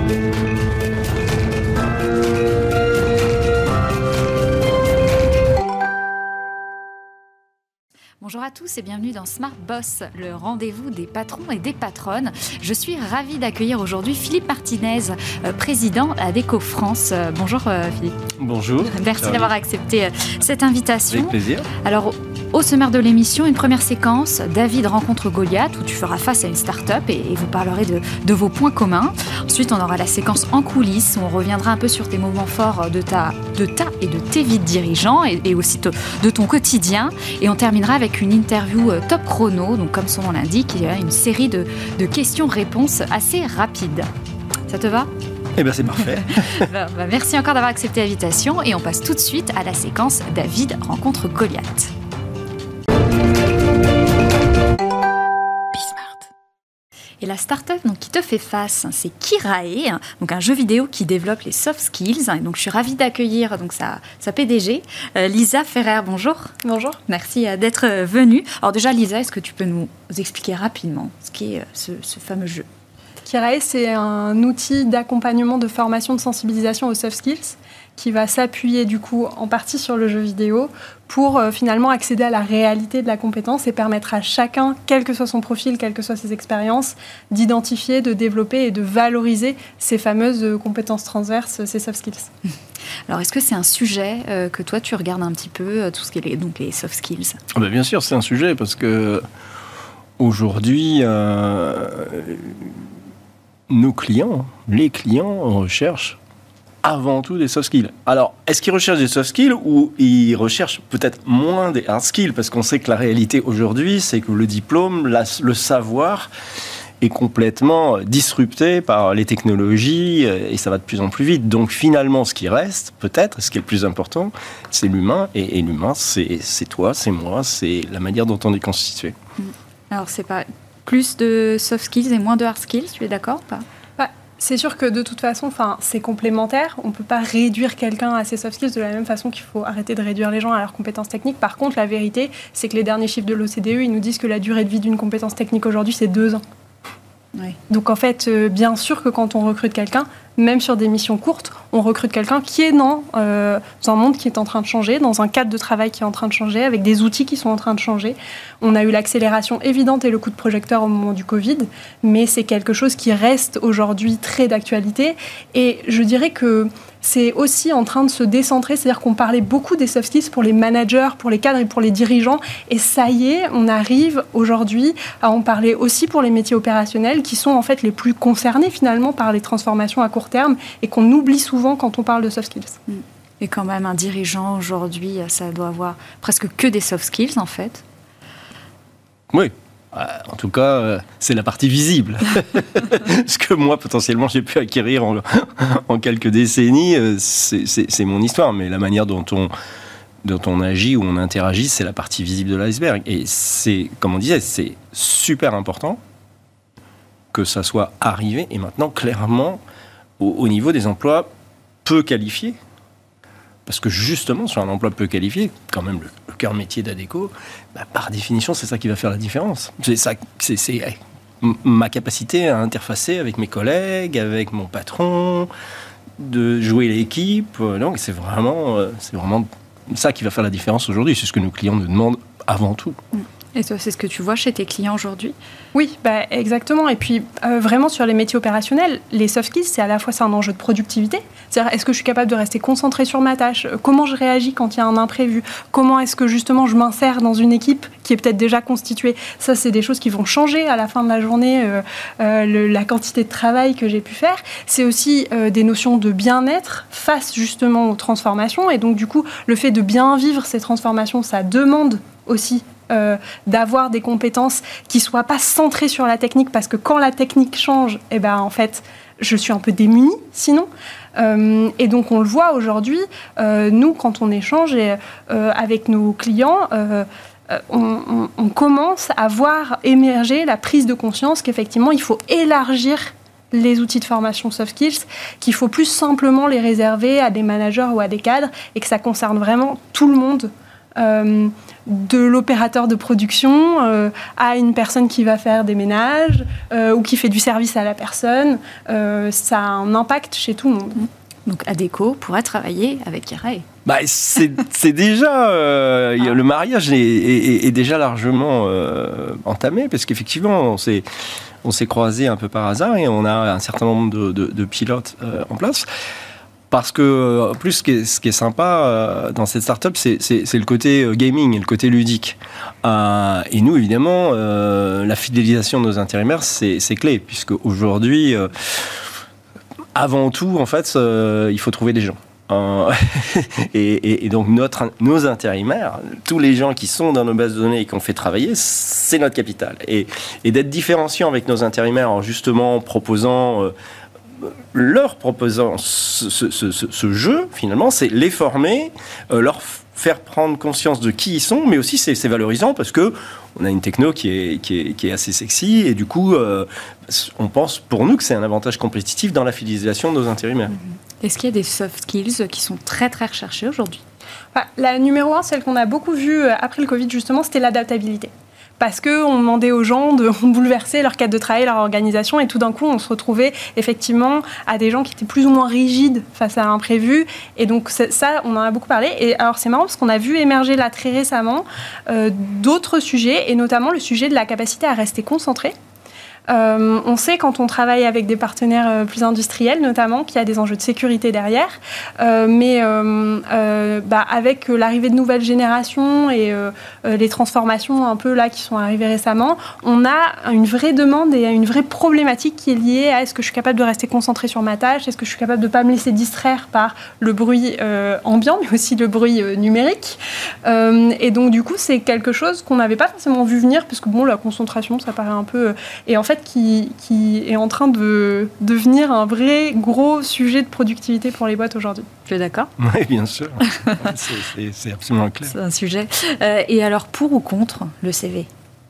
Bonjour à tous et bienvenue dans Smart Boss, le rendez-vous des patrons et des patronnes. Je suis ravie d'accueillir aujourd'hui Philippe Martinez, président d'Adecco France. Bonjour Philippe. Bonjour. Merci d'avoir accepté cette invitation. Avec plaisir. Alors, au sommaire de l'émission, une première séquence, David rencontre Goliath, où tu feras face à une start-up et vous parlerez de vos points communs. Ensuite, on aura la séquence en coulisses, où on reviendra un peu sur tes moments forts de ta et de tes vies de dirigeants et aussi de ton quotidien. Et on terminera avec une interview top chrono, donc comme son nom l'indique, il y a une série de questions-réponses assez rapides. Ça te va ? Eh bien, c'est parfait. Merci encore d'avoir accepté l'invitation et on passe tout de suite à la séquence David rencontre Goliath. Et la start-up qui te fait face, c'est Kirae, donc un jeu vidéo qui développe les soft skills. Et donc, je suis ravie d'accueillir sa PDG, Lisa Ferrer. Bonjour. Bonjour. Merci d'être venue. Alors déjà, Lisa, est-ce que tu peux nous expliquer rapidement ce qu'est ce fameux jeu ? Kirae, c'est un outil d'accompagnement, de formation, de sensibilisation aux soft skills qui va s'appuyer du coup en partie sur le jeu vidéo pour finalement accéder à la réalité de la compétence et permettre à chacun, quel que soit son profil, quelles que soient ses expériences, d'identifier, de développer et de valoriser ces fameuses compétences transverses, ces soft skills. Alors, est-ce que c'est un sujet que toi, tu regardes un petit peu, tout ce qui est donc les soft skills ? Bien sûr, c'est un sujet parce que aujourd'hui, nos clients, les clients recherchent avant tout des soft skills. Alors, est-ce qu'ils recherchent des soft skills ou ils recherchent peut-être moins des hard skills ? Parce qu'on sait que la réalité aujourd'hui, c'est que le diplôme, le savoir est complètement disrupté par les technologies et ça va de plus en plus vite. Donc finalement, ce qui reste, peut-être, ce qui est le plus important, c'est l'humain. Et l'humain, c'est toi, c'est moi, c'est la manière dont on est constitué. Alors, c'est pas plus de soft skills et moins de hard skills, tu es d'accord ou pas ? C'est sûr que de toute façon, c'est complémentaire. On ne peut pas réduire quelqu'un à ses soft skills de la même façon qu'il faut arrêter de réduire les gens à leurs compétences techniques. Par contre, la vérité, c'est que les derniers chiffres de l'OCDE, ils nous disent que la durée de vie d'une compétence technique aujourd'hui, c'est 2 ans. Oui. Donc en fait, bien sûr que quand on recrute quelqu'un, même sur des missions courtes, on recrute quelqu'un qui est dans un monde qui est en train de changer, dans un cadre de travail qui est en train de changer, avec des outils qui sont en train de changer. On a eu l'accélération évidente et le coup de projecteur au moment du Covid, mais c'est quelque chose qui reste aujourd'hui très d'actualité. Et je dirais que c'est aussi en train de se décentrer, c'est-à-dire qu'on parlait beaucoup des soft skills pour les managers, pour les cadres et pour les dirigeants, et ça y est, on arrive aujourd'hui à en parler aussi pour les métiers opérationnels qui sont en fait les plus concernés finalement par les transformations à court terme et qu'on oublie souvent quand on parle de soft skills. Et quand même, un dirigeant aujourd'hui, ça doit avoir presque que des soft skills en fait. Oui. En tout cas, c'est la partie visible. Ce que moi, potentiellement, j'ai pu acquérir en quelques décennies, c'est mon histoire. Mais la manière dont on agit ou on interagit, c'est la partie visible de l'iceberg. Et c'est, comme on disait, c'est super important que ça soit arrivé. Et maintenant, clairement, au niveau des emplois peu qualifiés, parce que justement, sur un emploi peu qualifié, quand même le cœur métier d'Adecco, par définition, c'est ça qui va faire la différence. C'est ma capacité à interfacer avec mes collègues, avec mon patron, de jouer l'équipe. Donc c'est vraiment ça qui va faire la différence aujourd'hui. C'est ce que nos clients nous demandent avant tout. Et toi, c'est ce que tu vois chez tes clients aujourd'hui ? Oui, exactement. Et puis, vraiment, sur les métiers opérationnels, les soft skills, c'est un enjeu de productivité. C'est-à-dire, est-ce que je suis capable de rester concentrée sur ma tâche ? Comment je réagis quand il y a un imprévu ? Comment est-ce que, justement, je m'insère dans une équipe qui est peut-être déjà constituée ? Ça, c'est des choses qui vont changer à la fin de la journée, la quantité de travail que j'ai pu faire. C'est aussi des notions de bien-être face, justement, aux transformations. Et donc, du coup, le fait de bien vivre ces transformations, ça demande aussi d'avoir des compétences qui ne soient pas centrées sur la technique, parce que quand la technique change, en fait, je suis un peu démunie sinon. Et donc, on le voit aujourd'hui, nous, quand on échange avec nos clients, on commence à voir émerger la prise de conscience qu'effectivement, il faut élargir les outils de formation soft skills, qu'il faut plus simplement les réserver à des managers ou à des cadres, et que ça concerne vraiment tout le monde. de l'opérateur de production à une personne qui va faire des ménages ou qui fait du service à la personne. Ça a un impact chez tout le monde. Donc Adecco pourrait travailler avec Kirae. C'est déjà... le mariage est déjà largement entamé, parce qu'effectivement, on s'est croisés un peu par hasard et on a un certain nombre de pilotes en place. Parce que, en plus, ce qui est sympa dans cette start-up, c'est le côté gaming et le côté ludique. Et nous, évidemment, la fidélisation de nos intérimaires, c'est clé, puisque aujourd'hui, avant tout, en fait, il faut trouver des gens. Et donc nos intérimaires, tous les gens qui sont dans nos bases de données et qu'on fait travailler, c'est notre capital. Et d'être différenciant avec nos intérimaires en justement leur proposant ce jeu, finalement, c'est les former, leur faire prendre conscience de qui ils sont, mais aussi c'est valorisant parce que on a une techno qui est assez sexy et du coup, on pense pour nous que c'est un avantage compétitif dans la fidélisation de nos intérimaires. Est-ce qu'il y a des soft skills qui sont très très recherchés aujourd'hui ? La numéro 1, celle qu'on a beaucoup vue après le Covid justement, c'était l'adaptabilité. Parce qu'on demandait aux gens de bouleverser leur cadre de travail, leur organisation, et tout d'un coup, on se retrouvait effectivement à des gens qui étaient plus ou moins rigides face à l'imprévu. Et donc ça, on en a beaucoup parlé. Et alors c'est marrant parce qu'on a vu émerger là très récemment d'autres sujets, et notamment le sujet de la capacité à rester concentré. On sait quand on travaille avec des partenaires plus industriels notamment qu'il y a des enjeux de sécurité derrière, mais avec l'arrivée de nouvelles générations et les transformations un peu là qui sont arrivées récemment, on a une vraie demande et une vraie problématique qui est liée à est-ce que je suis capable de rester concentré sur ma tâche, est-ce que je suis capable de ne pas me laisser distraire par le bruit ambiant mais aussi le bruit numérique, et donc du coup c'est quelque chose qu'on n'avait pas forcément vu venir parce que bon, la concentration ça paraît un peu et en fait qui est en train de devenir un vrai gros sujet de productivité pour les boîtes aujourd'hui. Tu es d'accord ? Oui, bien sûr. C'est absolument clair. C'est un sujet. Et alors, pour ou contre le CV ?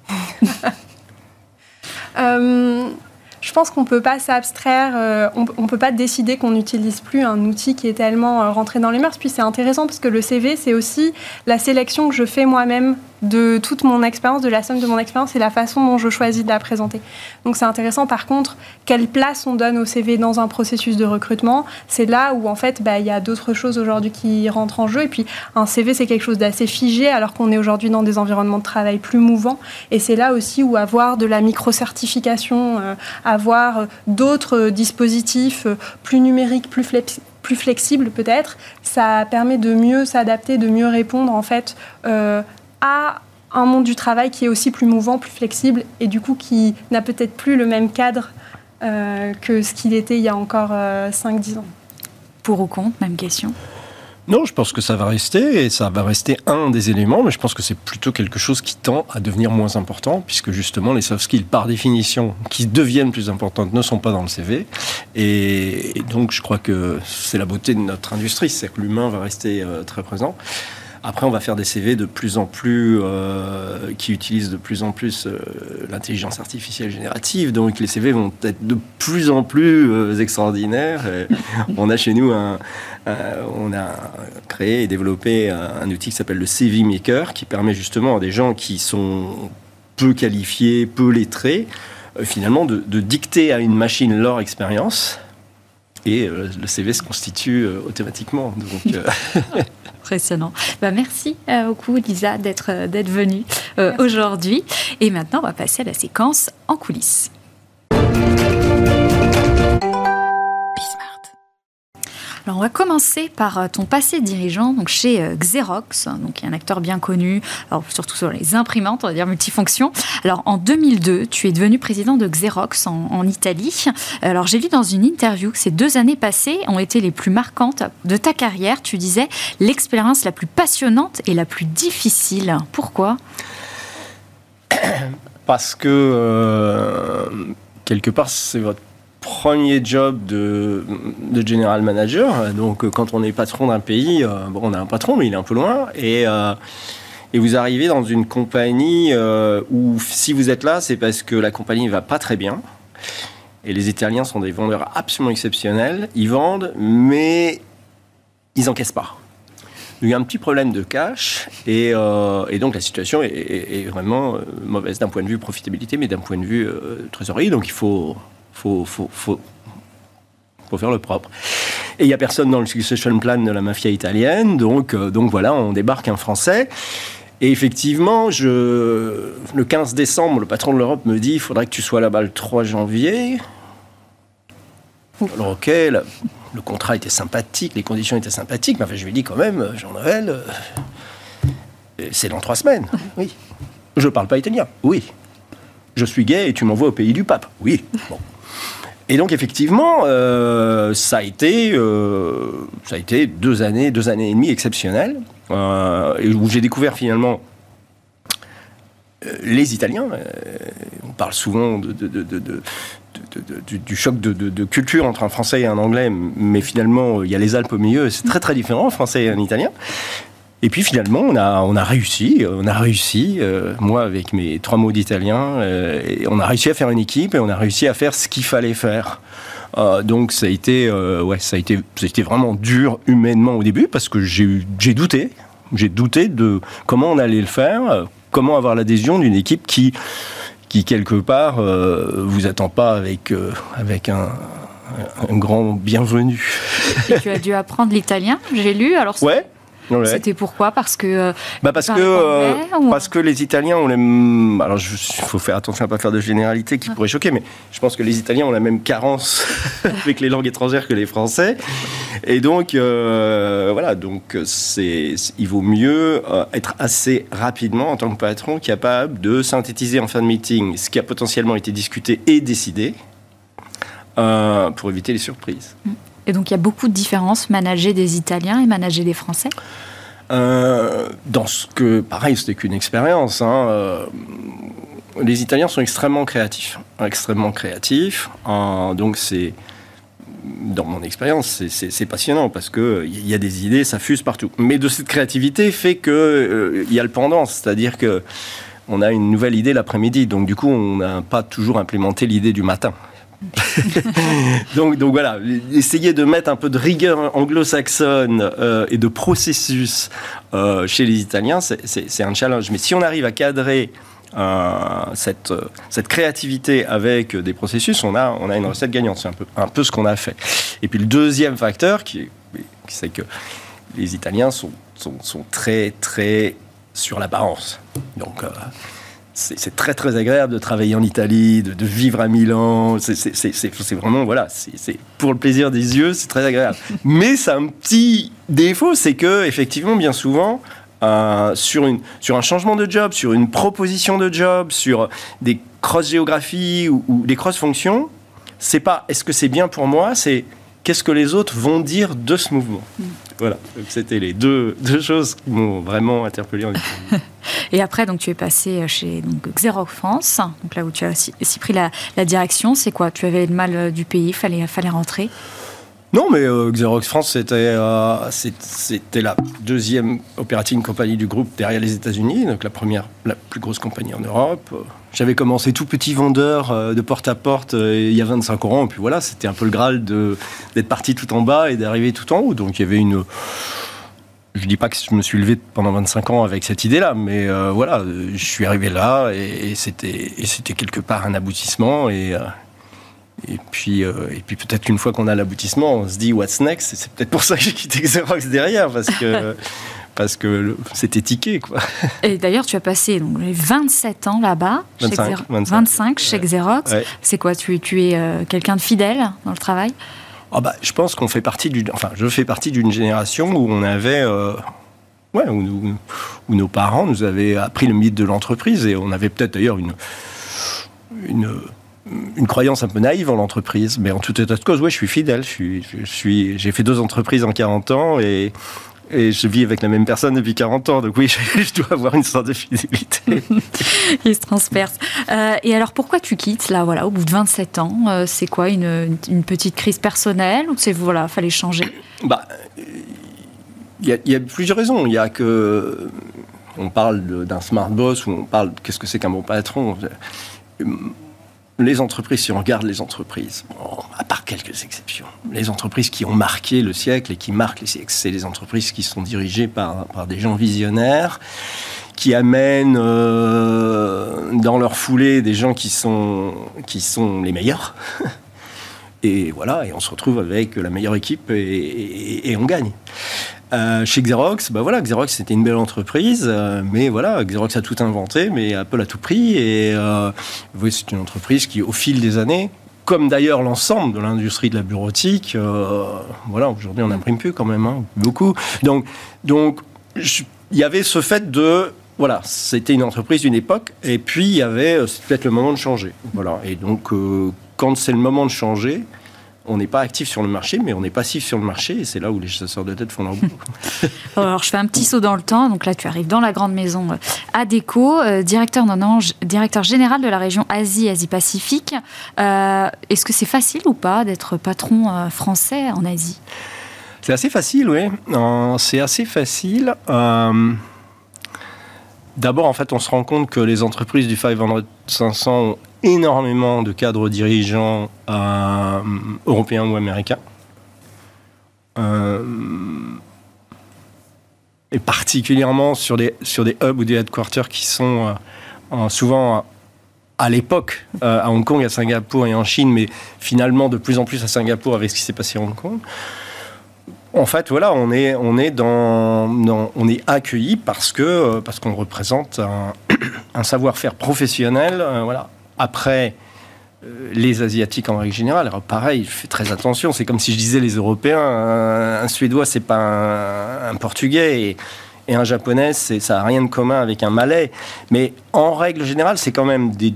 Je pense qu'on ne peut pas s'abstraire, on ne peut pas décider qu'on n'utilise plus un outil qui est tellement rentré dans les mœurs. Puis c'est intéressant parce que le CV, c'est aussi la sélection que je fais moi-même de toute mon expérience, de la somme de mon expérience et la façon dont je choisis de la présenter. Donc c'est intéressant. Par contre, quelle place on donne au CV dans un processus de recrutement, c'est là où en fait il y a d'autres choses aujourd'hui qui rentrent en jeu. Et puis un CV, c'est quelque chose d'assez figé alors qu'on est aujourd'hui dans des environnements de travail plus mouvants. Et c'est là aussi où avoir de la micro-certification, avoir d'autres dispositifs plus numériques, plus flexibles peut-être, ça permet de mieux s'adapter, de mieux répondre en fait à un monde du travail qui est aussi plus mouvant, plus flexible et du coup qui n'a peut-être plus le même cadre que ce qu'il était il y a encore 5-10 ans. Pour ou contre, même question ? Non, je pense que ça va rester, et ça va rester un des éléments, mais je pense que c'est plutôt quelque chose qui tend à devenir moins important, puisque justement les soft skills, par définition, qui deviennent plus importantes, ne sont pas dans le CV. Et donc je crois que c'est la beauté de notre industrie, c'est que l'humain va rester très présent. Après, on va faire des CV de plus en plus qui utilisent de plus en plus l'intelligence artificielle générative. Donc, les CV vont être de plus en plus extraordinaires. Et on a chez nous on a créé et développé un outil qui s'appelle le CV Maker, qui permet justement à des gens qui sont peu qualifiés, peu lettrés, finalement de dicter à une machine leur expérience. Et le CV se constitue automatiquement. Donc, impressionnant. Merci beaucoup, Lisa, d'être venue aujourd'hui. Et maintenant, on va passer à la séquence en coulisses. Alors, on va commencer par ton passé dirigeant donc chez Xerox, donc qui est un acteur bien connu, alors surtout sur les imprimantes, on va dire multifonctions. Alors en 2002, tu es devenu président de Xerox en Italie. Alors j'ai lu dans une interview que ces 2 années passées ont été les plus marquantes de ta carrière. Tu disais l'expérience la plus passionnante et la plus difficile. Pourquoi ? Parce que quelque part c'est votre premier job de general manager. Donc, quand on est patron d'un pays, on a un patron, mais il est un peu loin. Et vous arrivez dans une compagnie où, si vous êtes là, c'est parce que la compagnie ne va pas très bien. Et les Italiens sont des vendeurs absolument exceptionnels. Ils vendent, mais ils n'encaissent pas. Il y a un petit problème de cash et donc la situation est vraiment mauvaise d'un point de vue profitabilité, mais d'un point de vue trésorerie. Donc il faut faire le propre. Et il n'y a personne dans le succession plan de la mafia italienne, donc voilà, on débarque un Français. Et effectivement, le 15 décembre, le patron de l'Europe me dit « il faudrait que tu sois là-bas le 3 janvier ». Alors ok, le contrat était sympathique, les conditions étaient sympathiques, mais enfin, je lui ai dit quand même, Jean-Noël, c'est dans 3 semaines. Oui. Je ne parle pas italien. Oui. Je suis gay et tu m'envoies au pays du pape. Oui. Bon. Et donc effectivement, ça a été 2 années et demie exceptionnelles, où j'ai découvert finalement les Italiens. On parle souvent du choc de culture entre un Français et un Anglais, mais finalement, il y a les Alpes au milieu, c'est très très différent, un Français et un Italien. Et puis finalement, on a réussi, moi avec mes 3 mots d'italien, on a réussi à faire une équipe et on a réussi à faire ce qu'il fallait faire. Donc ça a été vraiment dur humainement au début parce que j'ai douté de comment on allait le faire, comment avoir l'adhésion d'une équipe qui quelque part vous attend pas avec un grand bienvenu. Et tu as dû apprendre l'italien, j'ai lu. Alors ouais. C'était pourquoi ? Parce que parce que les Italiens ont alors il faut faire attention à ne pas faire de généralité qui pourrait choquer, mais je pense que les Italiens ont la même carence avec les langues étrangères que les Français, et donc voilà, donc il vaut mieux être assez rapidement en tant que patron capable de synthétiser en fin de meeting ce qui a potentiellement été discuté et décidé pour éviter les surprises. Et donc, il y a beaucoup de différences, manager des Italiens et manager des Français ? Dans ce que, pareil, c'était qu'une expérience. Les Italiens sont extrêmement créatifs. Donc, dans mon expérience, c'est passionnant parce qu'il y a des idées, ça fuse partout. Mais de cette créativité fait qu'il y a le pendant, c'est-à-dire qu'on a une nouvelle idée l'après-midi. Donc, du coup, on n'a pas toujours implémenté l'idée du matin. donc voilà, essayer de mettre un peu de rigueur anglo-saxonne et de processus chez les Italiens, c'est un challenge. Mais si on arrive à cadrer cette créativité avec des processus, on a une recette gagnante. C'est un peu ce qu'on a fait. Et puis le deuxième facteur, c'est que les Italiens sont très très sur l'apparence. Donc c'est très très agréable de travailler en Italie, de vivre à Milan. C'est vraiment, voilà, c'est pour le plaisir des yeux, c'est très agréable. Mais ça a un petit défaut, c'est que effectivement, bien souvent, sur un changement de job, sur une proposition de job, sur des cross-géographies ou des cross-fonctions, c'est pas est-ce que c'est bien pour moi, c'est qu'est-ce que les autres vont dire de ce mouvement. Voilà, donc c'était les deux choses qui m'ont vraiment interpellé en Italie. Et après, donc, tu es passé chez Xerox France, donc là où tu as aussi pris la direction. C'est quoi ? Tu avais le mal du pays, fallait rentrer ? Non, mais Xerox France, c'était la deuxième operating company du groupe derrière les États-Unis, donc la plus grosse compagnie en Europe. J'avais commencé tout petit vendeur de porte-à-porte il y a 25 ans, et puis voilà, c'était un peu le Graal d'être parti tout en bas et d'arriver tout en haut. Donc il y avait je dis pas que je me suis levé pendant 25 ans avec cette idée-là, mais voilà, je suis arrivé là et c'était quelque part un aboutissement et puis peut-être qu'une fois qu'on a l'aboutissement, on se dit what's next. C'est peut-être pour ça que j'ai quitté Xerox derrière, parce que c'était tiqué, quoi. Et d'ailleurs, tu as passé donc, les 27 ans là-bas, 25 chez Xerox. Ouais. C'est quoi ? Tu es quelqu'un de fidèle dans le travail ? Je pense qu'on fait partie je fais partie d'une génération où on avait, où nos parents nous avaient appris le mythe de l'entreprise, et on avait peut-être d'ailleurs une croyance un peu naïve en l'entreprise, mais en tout état de cause, je suis fidèle. J'ai fait 2 entreprises en 40 ans et je vis avec la même personne depuis 40 ans, donc oui, je dois avoir une sorte de fidélité. Il se transperce. Et alors, pourquoi tu quittes, là, voilà, au bout de 27 ans ? C'est quoi, une petite crise personnelle, ou c'est, voilà, fallait changer ? Il y a plusieurs raisons. Il y a que... On parle d'un smart boss, ou on parle qu'est-ce que c'est qu'un bon patron. les entreprises, si on regarde les entreprises, bon, à part quelques exceptions, les entreprises qui ont marqué le siècle et qui marquent les siècles, c'est les entreprises qui sont dirigées par des gens visionnaires, qui amènent dans leur foulée des gens qui sont les meilleurs. Et voilà, et on se retrouve avec la meilleure équipe et on gagne. Chez Xerox, Xerox c'était une belle entreprise, mais voilà, Xerox a tout inventé, mais Apple a tout pris. Et c'est une entreprise qui, au fil des années, comme d'ailleurs l'ensemble de l'industrie de la bureautique, aujourd'hui on n'imprime plus quand même, beaucoup. Donc, il y avait ce fait de... Voilà, c'était une entreprise d'une époque, et puis il y avait, c'est peut-être le moment de changer. Voilà, et donc quand c'est le moment de changer, on n'est pas actif sur le marché, mais on est passif sur le marché, et c'est là où les chasseurs de tête font leur boulot. Alors, je fais un petit saut dans le temps. Donc là, tu arrives dans la grande maison Adecco, directeur général de la région Asie-Pacifique. Est-ce que c'est facile ou pas d'être patron français en Asie ? C'est assez facile, oui. C'est assez facile. D'abord, en fait, on se rend compte que les entreprises du 500 ont énormément de cadres dirigeants européens ou américains. Et particulièrement sur des hubs ou des headquarters qui sont souvent à l'époque à Hong Kong, à Singapour et en Chine, mais finalement de plus en plus à Singapour avec ce qui s'est passé à Hong Kong. En fait, voilà, on est accueilli parce qu'on représente un savoir-faire professionnel. Voilà. Après, les Asiatiques en règle générale, alors pareil, je fais très attention. C'est comme si je disais les Européens, un Suédois, c'est pas un Portugais et un Japonais, ça n'a rien de commun avec un Malais. Mais en règle générale, c'est quand même des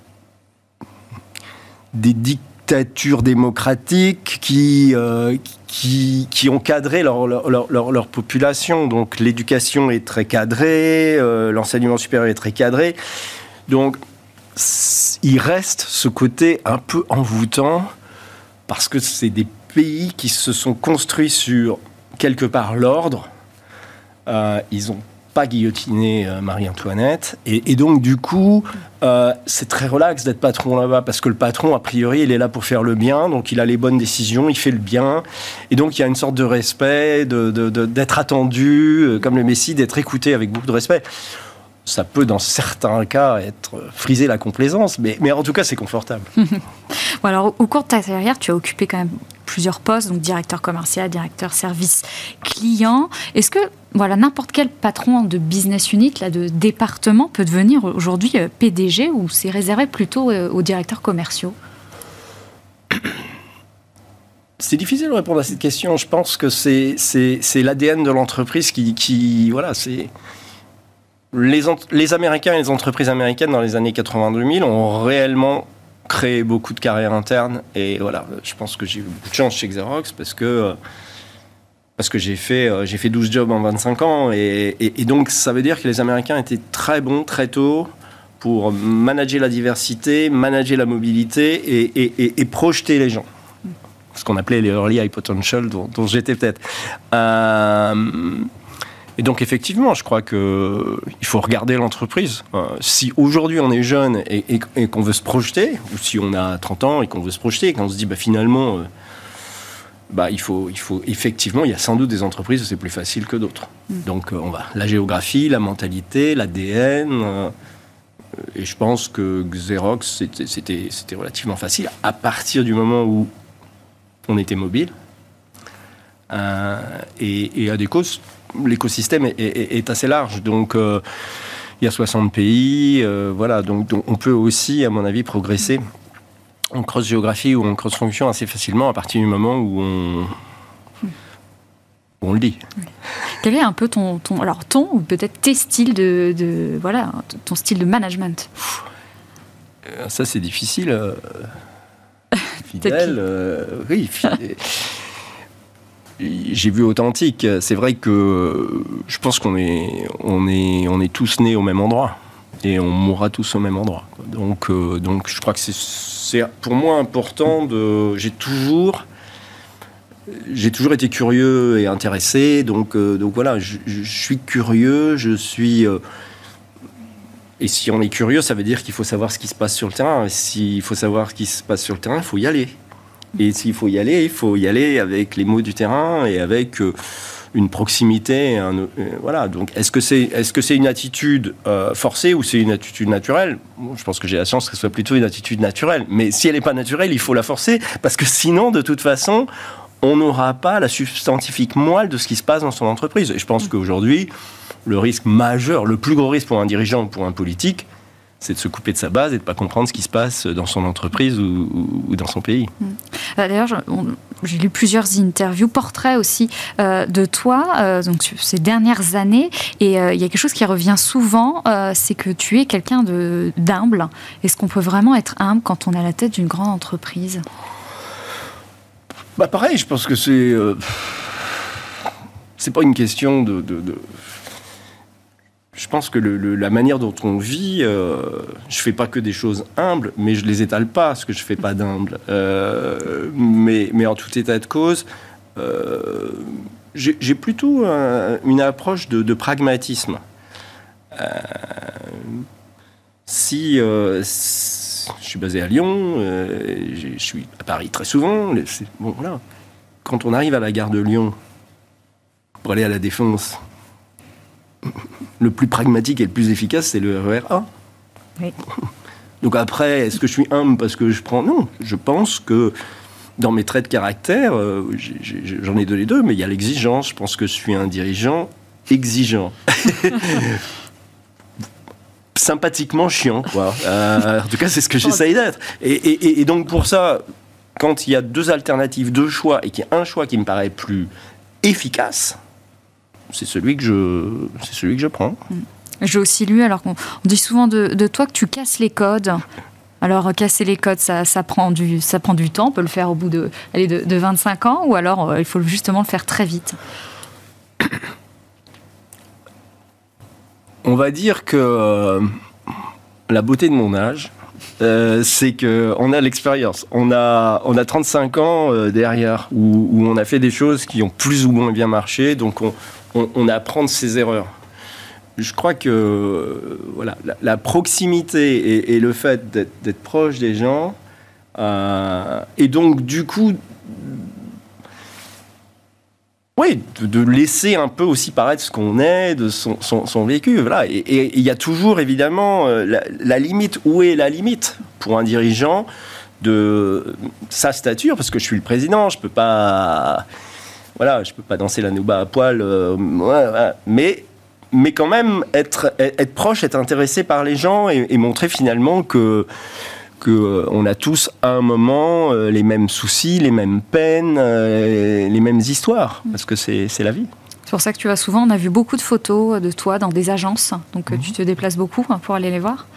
dictatures démocratiques qui ont cadré leur population. Donc l'éducation est très cadrée, l'enseignement supérieur est très cadré. Donc il reste ce côté un peu envoûtant parce que c'est des pays qui se sont construits sur quelque part l'ordre. Ils n'ont pas guillotiné Marie-Antoinette et donc du coup c'est très relax d'être patron là-bas parce que le patron a priori il est là pour faire le bien, donc il a les bonnes décisions, il fait le bien et donc il y a une sorte de respect d'être attendu comme le Messie, d'être écouté avec beaucoup de respect. Ça peut, dans certains cas, friser la complaisance, mais en tout cas, c'est confortable. Bon, alors, au cours de ta carrière, tu as occupé quand même plusieurs postes, donc directeur commercial, directeur service client. Est-ce que n'importe quel patron de business unit, de département, peut devenir aujourd'hui PDG ou c'est réservé plutôt aux directeurs commerciaux ? C'est difficile de répondre à cette question. Je pense que c'est l'ADN de l'entreprise qui c'est... Les Américains et les entreprises américaines dans les années 80-2000 ont réellement créé beaucoup de carrières internes. Et voilà, je pense que j'ai eu beaucoup de chance chez Xerox parce que j'ai fait 12 jobs en 25 ans. Et donc, ça veut dire que les Américains étaient très bons, très tôt, pour manager la diversité, manager la mobilité et projeter les gens. Ce qu'on appelait les early high potential, dont j'étais peut-être. Et donc, effectivement, je crois qu'il faut regarder l'entreprise. Si aujourd'hui, on est jeune et qu'on veut se projeter, ou si on a 30 ans et qu'on veut se projeter, et qu'on se dit, finalement, il faut effectivement, il y a sans doute des entreprises où c'est plus facile que d'autres. Donc, la géographie, la mentalité, l'ADN. Et je pense que Xerox, c'était relativement facile à partir du moment où on était mobile. Et Adecco, l'écosystème est assez large, donc il y a 60 pays, donc on peut aussi, à mon avis, progresser en cross-géographie ou en cross-fonction assez facilement à partir du moment où on le dit. Quel est un peu ton ou peut-être tes styles ton style de management ? Ça, c'est difficile. Fidèle, oui, fidèle. J'ai vu authentique. C'est vrai que je pense qu'on est tous nés au même endroit et on mourra tous au même endroit. Donc je crois que c'est pour moi important j'ai toujours été curieux et intéressé. Donc voilà, je suis curieux, je suis Et si on est curieux, ça veut dire qu'il faut savoir ce qui se passe sur le terrain. Et s'il faut savoir ce qui se passe sur le terrain, il faut y aller. Et s'il faut y aller avec les mots du terrain et avec une proximité. Voilà. Donc, est-ce que c'est une attitude forcée ou c'est une attitude naturelle ? Je pense que j'ai la chance que ce soit plutôt une attitude naturelle. Mais si elle n'est pas naturelle, il faut la forcer. Parce que sinon, de toute façon, on n'aura pas la substantifique moelle de ce qui se passe dans son entreprise. Et je pense qu'aujourd'hui, le risque majeur, le plus gros risque pour un dirigeant ou pour un politique, c'est de se couper de sa base et de ne pas comprendre ce qui se passe dans son entreprise ou dans son pays. D'ailleurs, j'ai lu plusieurs interviews, portraits aussi de toi donc, ces dernières années. Et il y a quelque chose qui revient souvent, c'est que tu es quelqu'un d'humble. Est-ce qu'on peut vraiment être humble quand on est à la tête d'une grande entreprise ? Pareil, je pense que c'est pas une question de... Je pense que la manière dont on vit, je fais pas que des choses humbles, mais je les étale pas, ce que je fais pas d'humble. Mais en tout état de cause, j'ai plutôt une approche de pragmatisme. Si je suis basé à Lyon, je suis à Paris très souvent. Bon, voilà. Quand on arrive à la gare de Lyon pour aller à la Défense, le plus pragmatique et le plus efficace, c'est le RER A. Oui. Donc après, est-ce que je suis humble parce que je prends... Non, je pense que dans mes traits de caractère, j'en ai les deux, mais il y a l'exigence. Je pense que je suis un dirigeant exigeant. Sympathiquement chiant, quoi. En tout cas, c'est ce que j'essaye d'être. Et donc pour ça, quand il y a deux alternatives, deux choix, et qu'il y a un choix qui me paraît plus efficace, c'est celui que je prends. J'ai aussi lu, alors qu'on dit souvent de toi que tu casses les codes. Alors, casser les codes, ça prend du temps. On peut le faire au bout de 25 ans, ou alors il faut justement le faire très vite. On va dire que la beauté de mon âge, c'est qu'on a l'expérience. On a 35 ans derrière, où on a fait des choses qui ont plus ou moins bien marché, donc on apprend de ses erreurs. Je crois que voilà, la proximité et le fait d'être proche des gens, et donc du coup, oui, de laisser un peu aussi paraître ce qu'on est, de son vécu. Voilà. Et il y a toujours évidemment la limite. Où est la limite pour un dirigeant de sa stature ? Parce que je suis le président, je peux pas... Voilà, je peux pas danser la nouba à poil, mais quand même être proche, être intéressé par les gens et montrer finalement que on a tous à un moment les mêmes soucis, les mêmes peines, les mêmes histoires, parce que c'est la vie. C'est pour ça que tu vas souvent, on a vu beaucoup de photos de toi dans des agences, donc tu te déplaces beaucoup pour aller les voir.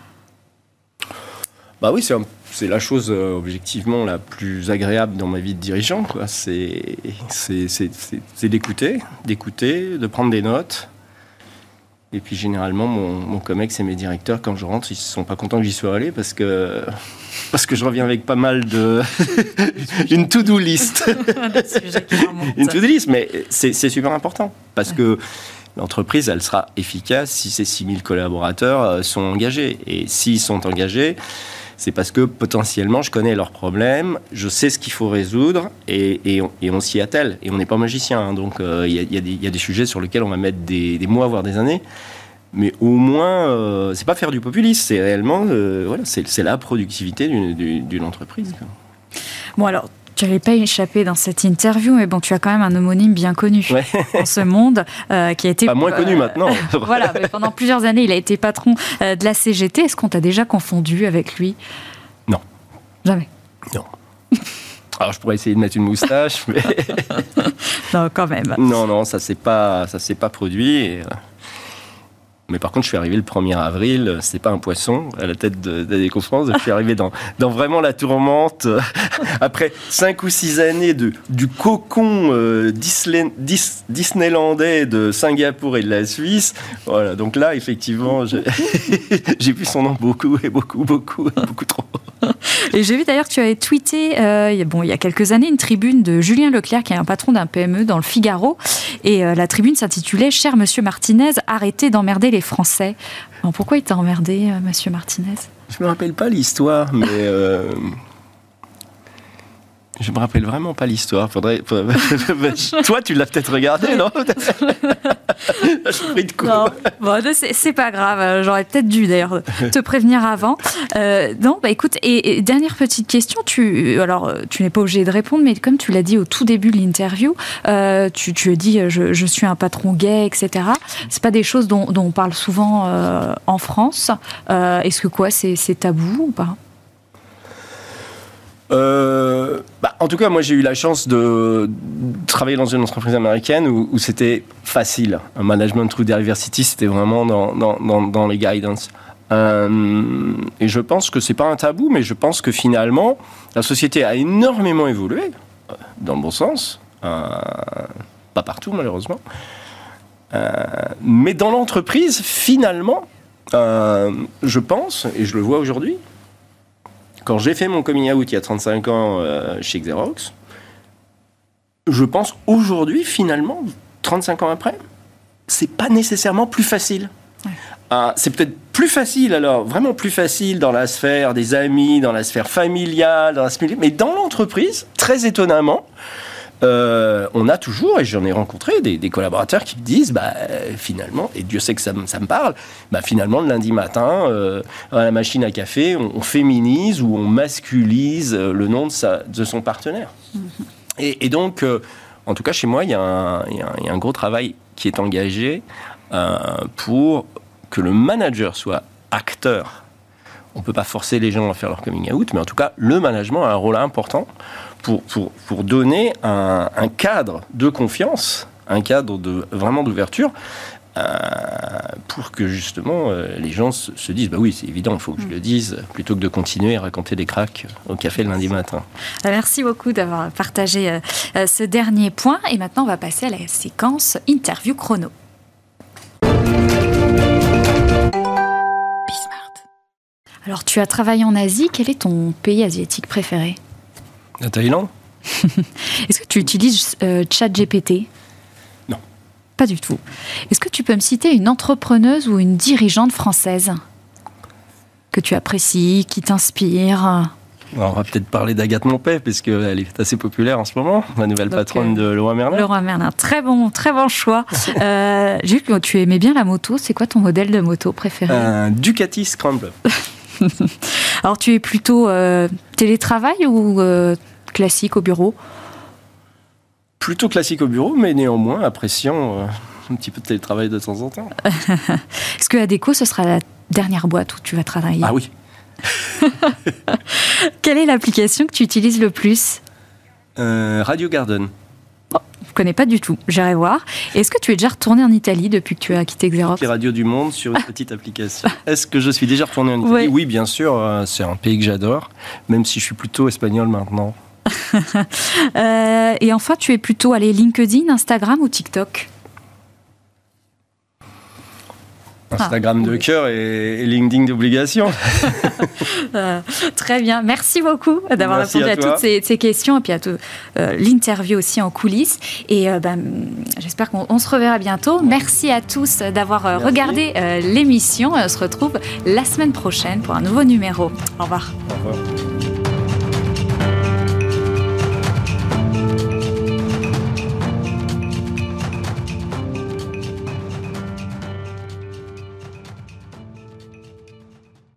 Bah oui, c'est la chose objectivement la plus agréable dans ma vie de dirigeant, quoi. C'est d'écouter, de prendre des notes. Et puis généralement, mon comex et mes directeurs, quand je rentre, ils ne sont pas contents que j'y sois allé parce que je reviens avec pas mal une to-do list. Une to-do list, mais c'est super important parce que l'entreprise, elle sera efficace si ces 6000 collaborateurs sont engagés. Et s'ils sont engagés, c'est parce que potentiellement, je connais leurs problèmes, je sais ce qu'il faut résoudre et on s'y attelle. Et on n'est pas magicien, hein, donc il y a des sujets sur lesquels on va mettre des mois, voire des années. Mais au moins, c'est pas faire du populisme, c'est réellement voilà, c'est la productivité d'une entreprise. Bon alors, tu n'avais pas échappé dans cette interview, mais bon, tu as quand même un homonyme bien connu dans ce monde qui a été... Pas moins connu maintenant. Voilà, mais pendant plusieurs années, il a été patron de la CGT. Est-ce qu'on t'a déjà confondu avec lui ? Non. Jamais ? Non. Alors, je pourrais essayer de mettre une moustache, mais... Non, quand même. Non, ça s'est pas produit. Mais par contre, je suis arrivé le 1er avril, c'était pas un poisson à la tête des conférences. Je suis arrivé dans vraiment la tourmente. Après 5 ou 6 années du cocon disneylandais de Singapour et de la Suisse. Voilà, donc là, effectivement, j'ai vu son nom beaucoup trop. Et j'ai vu d'ailleurs que tu avais tweeté, il y a quelques années, une tribune de Julien Leclerc, qui est un patron d'un PME dans le Figaro. Et la tribune s'intitulait « Cher Monsieur Martinez, arrêtez d'emmerder les Français ». Alors, pourquoi il t'a emmerdé, Monsieur Martinez ? Je me rappelle pas l'histoire, mais je me rappelle vraiment pas l'histoire. Toi, tu l'as peut-être regardé, non? Je suis pris de coup. Non, bon, c'est pas grave. J'aurais peut-être dû d'ailleurs te prévenir avant. Non, bah écoute, et dernière petite question. Tu n'es pas obligé de répondre, mais comme tu l'as dit au tout début de l'interview, tu as dit je suis un patron gay, etc. C'est pas des choses dont on parle souvent en France. Est-ce que c'est tabou ou pas? En tout cas, moi j'ai eu la chance de travailler dans une entreprise américaine où c'était facile. Un management through diversity, c'était vraiment dans les guidance. Et je pense que c'est pas un tabou, mais je pense que finalement, la société a énormément évolué, dans le bon sens. Pas partout, malheureusement. Mais dans l'entreprise, finalement, je pense, et je le vois aujourd'hui, quand j'ai fait mon coming out il y a 35 ans chez Xerox, je pense aujourd'hui, finalement, 35 ans après, c'est pas nécessairement plus facile. Ouais. C'est peut-être plus facile, alors, vraiment plus facile dans la sphère des amis, dans la sphère familiale, mais dans l'entreprise, très étonnamment, on a toujours, et j'en ai rencontré, des collaborateurs qui me disent, finalement, et Dieu sait que ça me parle, finalement, le lundi matin, à la machine à café, on féminise ou on masculise le nom de son partenaire. Mm-hmm. Et donc, en tout cas, chez moi, il y a un gros travail qui est engagé pour que le manager soit acteur. On ne peut pas forcer les gens à faire leur coming out, mais en tout cas, le management a un rôle important pour donner un cadre de confiance, un cadre vraiment d'ouverture, pour que justement les gens se disent oui, c'est évident, il faut que je le dise, plutôt que de continuer à raconter des cracks au café le lundi matin. Merci beaucoup d'avoir partagé ce dernier point. Et maintenant, on va passer à la séquence interview chrono. Alors, tu as travaillé en Asie. Quel est ton pays asiatique préféré ? La Thaïlande. Est-ce que tu utilises ChatGPT ? Non. Pas du tout. Est-ce que tu peux me citer une entrepreneuse ou une dirigeante française que tu apprécies, qui t'inspire ? Alors, on va peut-être parler d'Agathe Monpet, parce qu'elle est assez populaire en ce moment, la nouvelle patronne de Leroy Merlin. Leroy Merlin, très bon choix. J'ai vu que tu aimais bien la moto. C'est quoi ton modèle de moto préféré ? Un Ducati Scrambler. Alors, tu es plutôt télétravail ou classique au bureau ? Plutôt classique au bureau, mais néanmoins appréciant un petit peu de télétravail de temps en temps. Est-ce que Adecco, ce sera la dernière boîte où tu vas travailler ? Ah oui. Quelle est l'application que tu utilises le plus ? Radio Garden. Je ne connais pas du tout, j'irai voir. Est-ce que tu es déjà retourné en Italie depuis que tu as quitté Xerox ? Les radios du monde sur une petite application. Est-ce que je suis déjà retourné en Italie ? Oui, bien sûr, c'est un pays que j'adore, même si je suis plutôt espagnol maintenant. Et enfin, tu es plutôt LinkedIn, Instagram ou TikTok ? Instagram de cœur et LinkedIn d'obligation. Très bien. Merci beaucoup d'avoir répondu à toutes ces questions et puis à l'interview aussi en coulisses. Et j'espère qu'on se reverra bientôt. Merci à tous d'avoir regardé l'émission. On se retrouve la semaine prochaine pour un nouveau numéro. Au revoir. Au revoir.